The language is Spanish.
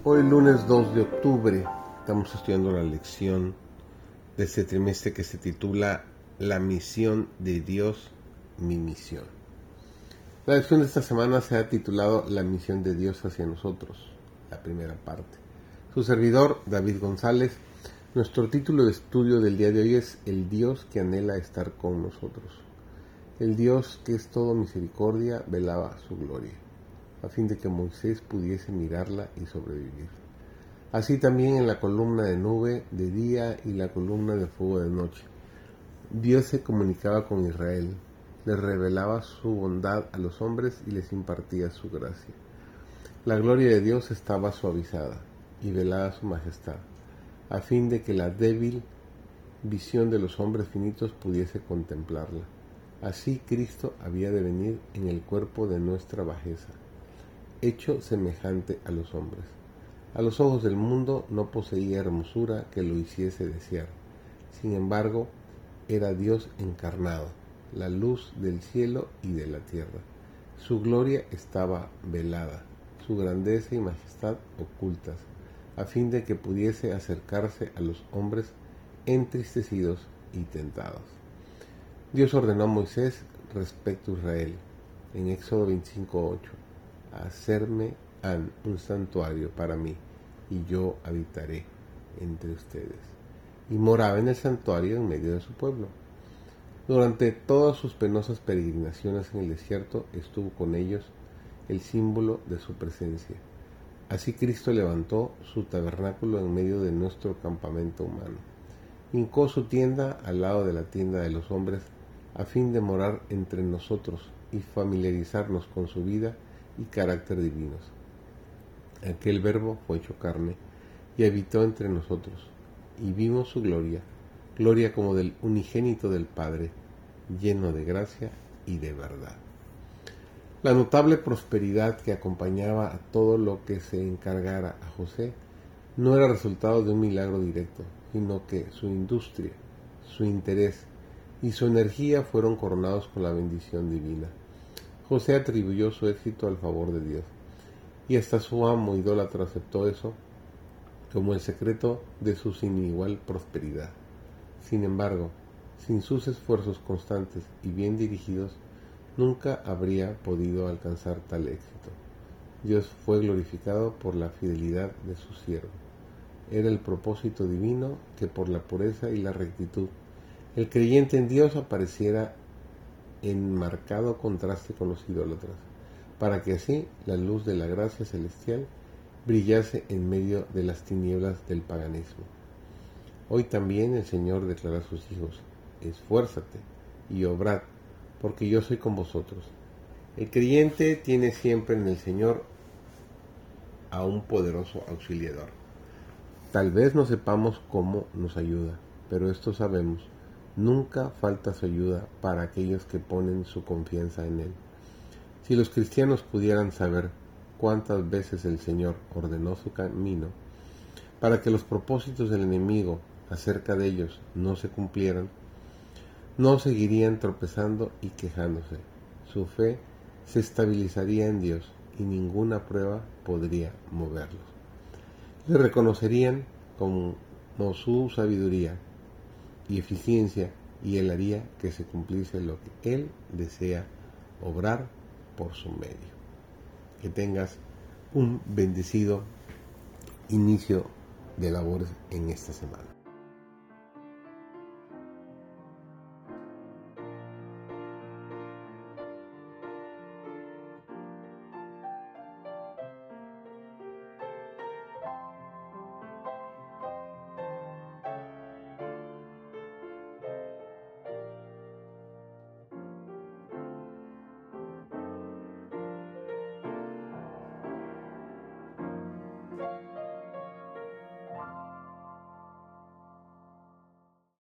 Hoy lunes 2 de octubre estamos estudiando la lección de este trimestre que se titula La misión de Dios, mi misión. La lección de esta semana se ha titulado La misión de Dios hacia nosotros, la primera parte. Su servidor, David González. Nuestro título de estudio del día de hoy es El Dios que anhela estar con nosotros. El Dios que es todo misericordia velaba su gloria, a fin de que Moisés pudiese mirarla y sobrevivir. Así también en la columna de nube de día y la columna de fuego de noche. Dios se comunicaba con Israel, les revelaba su bondad a los hombres y les impartía su gracia. La gloria de Dios estaba suavizada y velada su majestad, a fin de que la débil visión de los hombres finitos pudiese contemplarla. Así Cristo había de venir en el cuerpo de nuestra bajeza, hecho semejante a los hombres. A los ojos del mundo no poseía hermosura que lo hiciese desear. Sin embargo, era Dios encarnado, la luz del cielo y de la tierra. Su gloria estaba velada, su grandeza y majestad ocultas, a fin de que pudiese acercarse a los hombres entristecidos y tentados. Dios ordenó a Moisés respecto a Israel, en Éxodo 25:8, hacerme un santuario para mí, y yo habitaré entre ustedes. Y moraba en el santuario en medio de su pueblo. Durante todas sus penosas peregrinaciones en el desierto estuvo con ellos el símbolo de su presencia. Así Cristo levantó su tabernáculo en medio de nuestro campamento humano. Hincó su tienda al lado de la tienda de los hombres a fin de morar entre nosotros y familiarizarnos con su vida y carácter divinos. Aquel verbo fue hecho carne y habitó entre nosotros, y vimos su gloria, gloria como del unigénito del Padre, lleno de gracia y de verdad. La notable prosperidad que acompañaba a todo lo que se encargara a José no era resultado de un milagro directo, sino que su industria, su interés y su energía fueron coronados con la bendición divina. José atribuyó su éxito al favor de Dios, y hasta su amo idólatra aceptó eso como el secreto de su sin igual prosperidad. Sin embargo, sin sus esfuerzos constantes y bien dirigidos, nunca habría podido alcanzar tal éxito. Dios fue glorificado por la fidelidad de su siervo. Era el propósito divino que por la pureza y la rectitud el creyente en Dios apareciera en marcado contraste con los idólatras, para que así la luz de la gracia celestial brillase en medio de las tinieblas del paganismo. Hoy también el Señor declara a sus hijos: esfuérzate y obrad, porque yo soy con vosotros. El creyente tiene siempre en el Señor a un poderoso auxiliador. Tal vez no sepamos cómo nos ayuda, pero esto sabemos: nunca falta su ayuda para aquellos que ponen su confianza en Él. Si los cristianos pudieran saber cuántas veces el Señor ordenó su camino para que los propósitos del enemigo acerca de ellos no se cumplieran, no seguirían tropezando y quejándose. Su fe se estabilizaría en Dios y ninguna prueba podría moverlos. Le reconocerían como su sabiduría y eficiencia, y Él haría que se cumpliese lo que Él desea obrar por su medio. Que tengas un bendecido inicio de labores en esta semana.